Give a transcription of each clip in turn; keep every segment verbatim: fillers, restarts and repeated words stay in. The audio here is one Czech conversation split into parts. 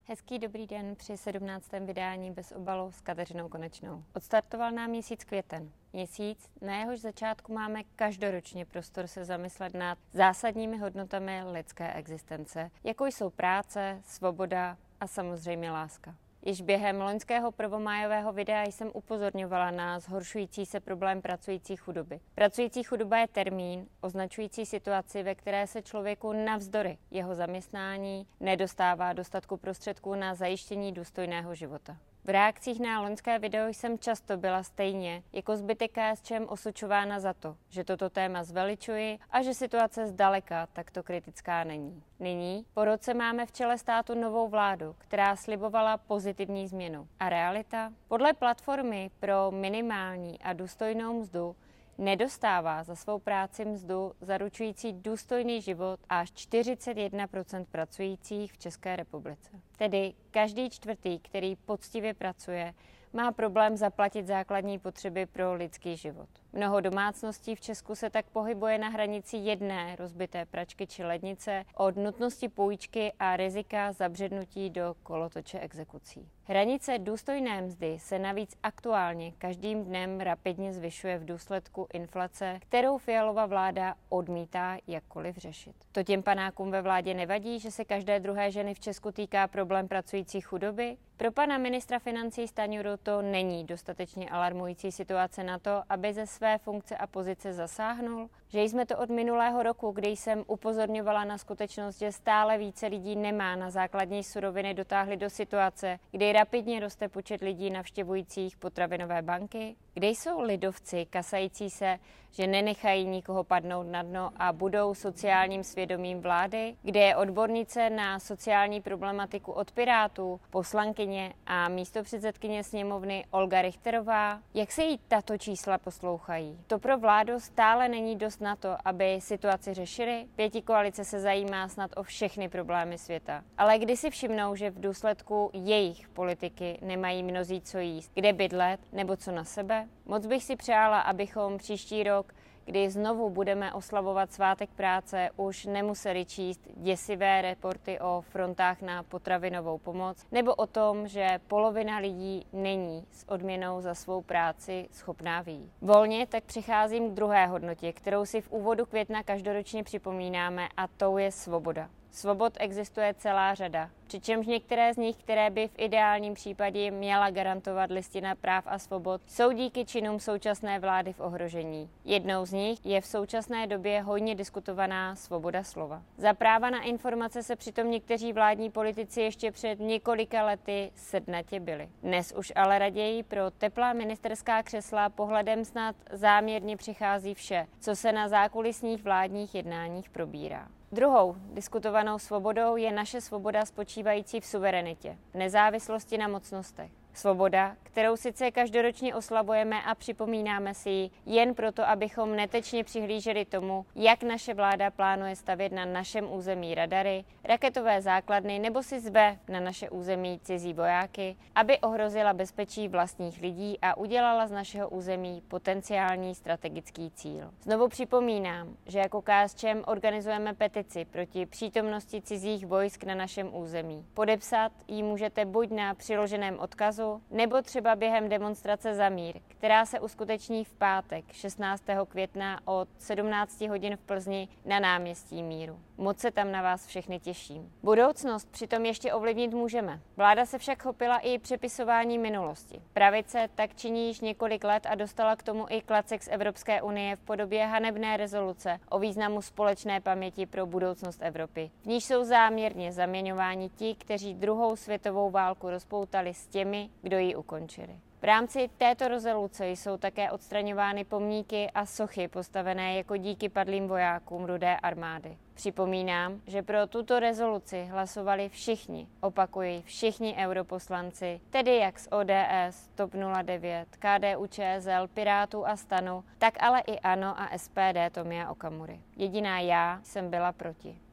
Hezký dobrý den při sedmnáctém vydání Bez obalu s Kateřinou Konečnou. Odstartoval nám měsíc květen. Měsíc, na jehož začátku máme každoročně prostor se zamyslet nad zásadními hodnotami lidské existence, jako jsou práce, svoboda a samozřejmě láska. Již během loňského prvomájového videa jsem upozorňovala na zhoršující se problém pracující chudoby. Pracující chudoba je termín označující situaci, ve které se člověku navzdory jeho zaměstnání nedostává dostatku prostředků na zajištění důstojného života. V reakcích na loňské video jsem často byla stejně jako zbytek K S Č M osočována za to, že toto téma zveličuji a že situace zdaleka takto kritická není. Nyní, po roce, máme v čele státu novou vládu, která slibovala pozitivní změnu. A realita? Podle platformy pro minimální a důstojnou mzdu nedostává za svou práci mzdu zaručující důstojný život až čtyřicet jedna procent pracujících v České republice. Tedy každý čtvrtý, který poctivě pracuje, má problém zaplatit základní potřeby pro lidský život. Mnoho domácností v Česku se tak pohybuje na hranici jedné rozbité pračky či lednice od nutnosti půjčky a rizika zabřednutí do kolotoče exekucí. Hranice důstojné mzdy se navíc aktuálně každým dnem rapidně zvyšuje v důsledku inflace, kterou Fialova vláda odmítá jakkoliv řešit. To těm panákům ve vládě nevadí, že se každé druhé ženy v Česku týká problém pracující chudoby? Pro pana ministra financí Stanjuru to není dostatečně alarmující situace na to, aby ze své funkce a pozice zasáhnul? Že jsme to od minulého roku, kdy jsem upozorňovala na skutečnost, že stále více lidí nemá na základní suroviny, dotáhli do situace, kdy rapidně roste počet lidí navštěvujících potravinové banky? Kde jsou lidovci kasající se, že nenechají nikoho padnout na dno a budou sociálním svědomím vlády? Kde je odbornice na sociální problematiku od Pirátů, poslankyně a místopředsedkyně sněmovny Olga Richterová? Jak se jí tato čísla poslouchají? To pro vládu stále není dost na to, aby situaci řešili? Pětikoalice se zajímá snad o všechny problémy světa. Ale kdy si všimnou, že v důsledku jejich politiky nemají mnozí co jíst, kde bydlet nebo co na sebe? Moc bych si přála, abychom příští rok, kdy znovu budeme oslavovat svátek práce, už nemuseli číst děsivé reporty o frontách na potravinovou pomoc nebo o tom, že polovina lidí není s odměnou za svou práci schopná vyjít. Volně tak přicházím k druhé hodnotě, kterou si v úvodu května každoročně připomínáme, a tou je svoboda. Svobod existuje celá řada, přičemž některé z nich, které by v ideálním případě měla garantovat listina práv a svobod, jsou díky činům současné vlády v ohrožení. Jednou z nich je v současné době hojně diskutovaná svoboda slova. Za práva na informace se přitom někteří vládní politici ještě před několika lety sednatě byli. Dnes už ale raději pro teplá ministerská křesla pohledem snad záměrně přichází vše, co se na zákulisních vládních jednáních probírá. Druhou diskutovanou svobodou je naše svoboda spočívající v suverenitě, nezávislosti na mocnostech. Svoboda, kterou sice každoročně oslavujeme a připomínáme si ji jen proto, abychom netečně přihlíželi tomu, jak naše vláda plánuje stavět na našem území radary, raketové základny nebo si zve na naše území cizí vojáky, aby ohrozila bezpečí vlastních lidí a udělala z našeho území potenciální strategický cíl. Znovu připomínám, že jako K S Č M organizujeme petici proti přítomnosti cizích vojsk na našem území. Podepsat ji můžete buď na přiloženém odkazu, nebo třeba během demonstrace za mír, která se uskuteční v pátek šestnáctého května od sedmnácti hodin v Plzni na náměstí Míru. Moc se tam na vás všechny těším. Budoucnost přitom ještě ovlivnit můžeme. Vláda se však chopila i přepisování minulosti. Pravice tak činí již několik let a dostala k tomu i klacek z Evropské unie v podobě hanebné rezoluce o významu společné paměti pro budoucnost Evropy. V níž jsou záměrně zaměňováni ti, kteří druhou světovou válku rozpoutali, s těmi, kdo ji ukončili. V rámci této rezoluce jsou také odstraňovány pomníky a sochy postavené jako díky padlým vojákům Rudé armády. Připomínám, že pro tuto rezoluci hlasovali všichni, opakuji, všichni europoslanci, tedy jak z O D S, TOP nula devět, K D U Č S L, Pirátů a STANu, tak ale i ANO a S P D Tomia Okamury. Jediná já jsem byla proti.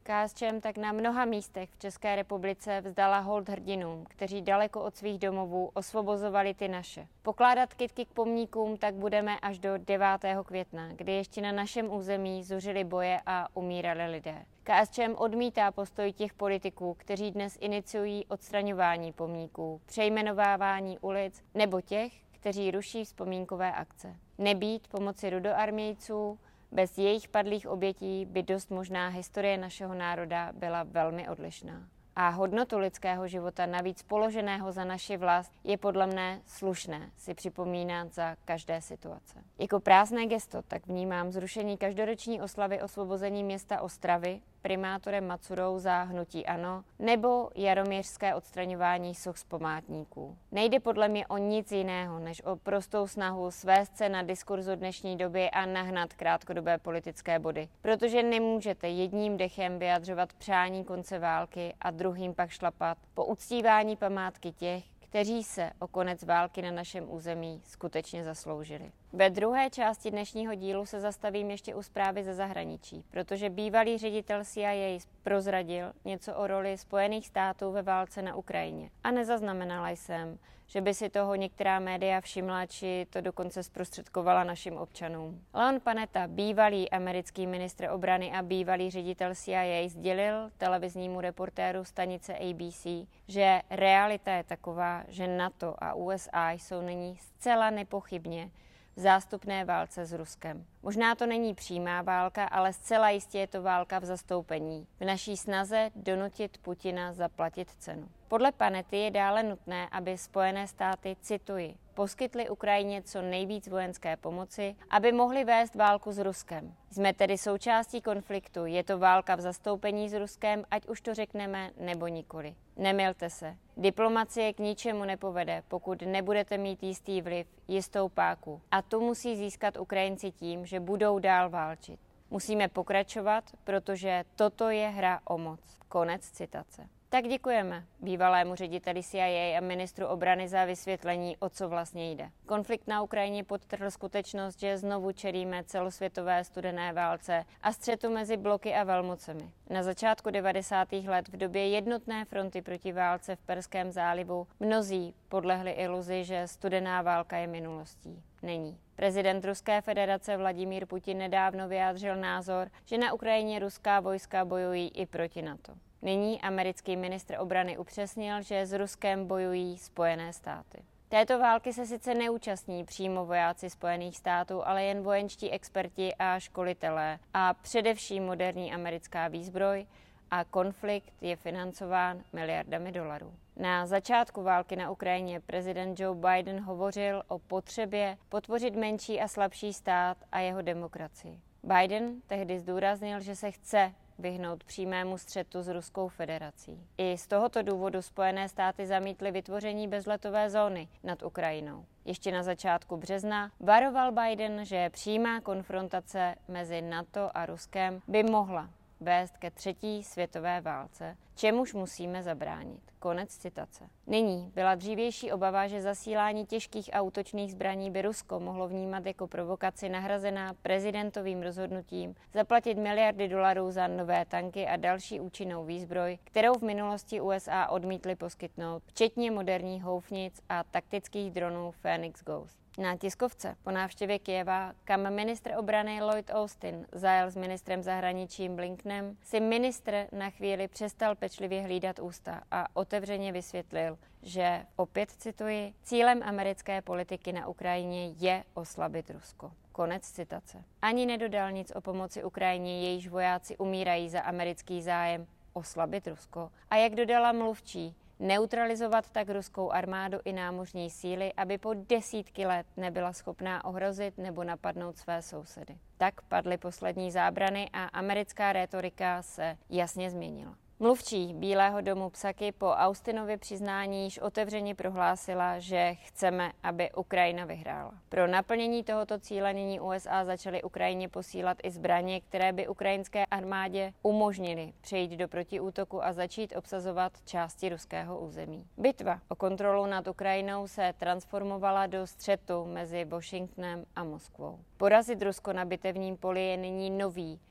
K S Č M tak na mnoha místech v České republice vzdala hold hrdinům, kteří daleko od svých domovů osvobozovali ty naše. Pokládat kytky k pomníkům tak budeme až do devátého května, kdy ještě na našem území zuřily boje a umírali lidé. K S Č M odmítá postoj těch politiků, kteří dnes iniciují odstraňování pomníků, přejmenovávání ulic nebo těch, kteří ruší vzpomínkové akce. Nebýt pomoci rudoarmějců, bez jejich padlých obětí by dost možná historie našeho národa byla velmi odlišná. A hodnotu lidského života, navíc položeného za naši vlast, je podle mne slušné si připomínat za každé situace. Jako prázdné gesto tak vnímám zrušení každoroční oslavy osvobození města Ostravy primátorem Macurou za hnutí ANO nebo jaromířské odstraňování soch z památníků. Nejde podle mě o nic jiného, než o prostou snahu svést se na diskurzu dnešní doby a nahnat krátkodobé politické body. Protože nemůžete jedním dechem vyjadřovat přání konce války a druhým pak šlapat po uctívání památky těch, kteří se o konec války na našem území skutečně zasloužili. Ve druhé části dnešního dílu se zastavím ještě u zprávy ze zahraničí, protože bývalý ředitel C I A prozradil něco o roli Spojených států ve válce na Ukrajině. A nezaznamenala jsem, že by si toho některá média všimla, či to dokonce zprostředkovala našim občanům. Leon Panetta, bývalý americký ministr obrany a bývalý ředitel C I A, sdělil televiznímu reportéru stanice A B C, že realita je taková, že NATO a U S A jsou nyní zcela nepochybně v zástupné válce s Ruskem. Možná to není přímá válka, ale zcela jistě je to válka v zastoupení, v naší snaze donutit Putina zaplatit cenu. Podle Panety je dále nutné, aby Spojené státy, cituji, poskytly Ukrajině co nejvíc vojenské pomoci, aby mohli vést válku s Ruskem. Jsme tedy součástí konfliktu, je to válka v zastoupení s Ruskem, ať už to řekneme nebo nikoli. Nemilte se. Diplomacie k ničemu nepovede, pokud nebudete mít jistý vliv, jistou páku. A tu musí získat Ukrajinci tím, že budou dál válčit. Musíme pokračovat, protože toto je hra o moc. Konec citace. Tak děkujeme bývalému řediteli C I A a ministru obrany za vysvětlení, o co vlastně jde. Konflikt na Ukrajině podtrhl skutečnost, že znovu čelíme celosvětové studené válce a střetu mezi bloky a velmocemi. Na začátku devadesátých let v době jednotné fronty proti válce v Perském zálivu mnozí podlehli iluzi, že studená válka je minulostí. Není. Prezident Ruské federace Vladimír Putin nedávno vyjádřil názor, že na Ukrajině ruská vojska bojují i proti NATO. Nyní americký ministr obrany upřesnil, že s Ruskem bojují Spojené státy. Této války se sice neúčastní přímo vojáci Spojených států, ale jen vojenští experti a školitelé a především moderní americká výzbroj a konflikt je financován miliardami dolarů. Na začátku války na Ukrajině prezident Joe Biden hovořil o potřebě podpořit menší a slabší stát a jeho demokracii. Biden tehdy zdůraznil, že se chce vyhnout přímému střetu s Ruskou federací. I z tohoto důvodu Spojené státy zamítly vytvoření bezletové zóny nad Ukrajinou. Ještě na začátku března varoval Biden, že přímá konfrontace mezi NATO a Ruskem by mohla vést ke třetí světové válce, čemuž musíme zabránit. Konec citace. Nyní byla dřívější obava, že zasílání těžkých a útočných zbraní by Rusko mohlo vnímat jako provokaci nahrazená prezidentovým rozhodnutím zaplatit miliardy dolarů za nové tanky a další účinnou výzbroj, kterou v minulosti U S A odmítly poskytnout, včetně moderních houfnic a taktických dronů Phoenix Ghost. Na tiskovce po návštěvě Kyjeva, kam ministr obrany Lloyd Austin zajel s ministrem zahraničí Blinkenem, si ministr na chvíli přestal pečlivě hlídat ústa a otevřeně vysvětlil, že, opět cituji, cílem americké politiky na Ukrajině je oslabit Rusko. Konec citace. Ani nedodal nic o pomoci Ukrajině, jejíž vojáci umírají za americký zájem oslabit Rusko. A jak dodala mluvčí, neutralizovat tak ruskou armádu i námořní síly, aby po desítky let nebyla schopná ohrozit nebo napadnout své sousedy. Tak padly poslední zábrany a americká rétorika se jasně změnila. Mluvčí Bílého domu Psaki po Austinově přiznání již otevřeně prohlásila, že chceme, aby Ukrajina vyhrála. Pro naplnění tohoto cíle nyní U S A začaly Ukrajině posílat i zbraně, které by ukrajinské armádě umožnily přejít do protiútoku a začít obsazovat části ruského území. Bitva o kontrolu nad Ukrajinou se transformovala do střetu mezi Washingtonem a Moskvou. Porazit Rusko na bitevním poli je nyní nový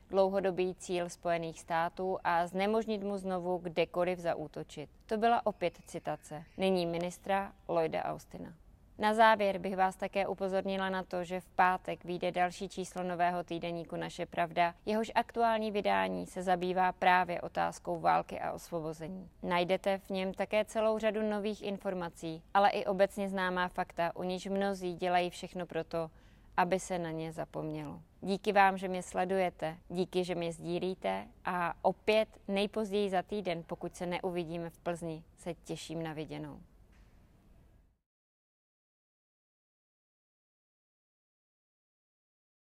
dlouhodobý cíl Spojených států a znemožnit mu znovu kdekoliv zaútočit. To byla opět citace, nyní ministra Lloyda Austina. Na závěr bych vás také upozornila na to, že v pátek vyjde další číslo nového týdeníku Naše pravda, jehož aktuální vydání se zabývá právě otázkou války a osvobození. Najdete v něm také celou řadu nových informací, ale i obecně známá fakta, u níž mnozí dělají všechno proto, aby se na ně zapomnělo. Díky vám, že mě sledujete, díky, že mě sdílíte a opět nejpozději za týden, pokud se neuvidíme v Plzni, se těším na viděnou.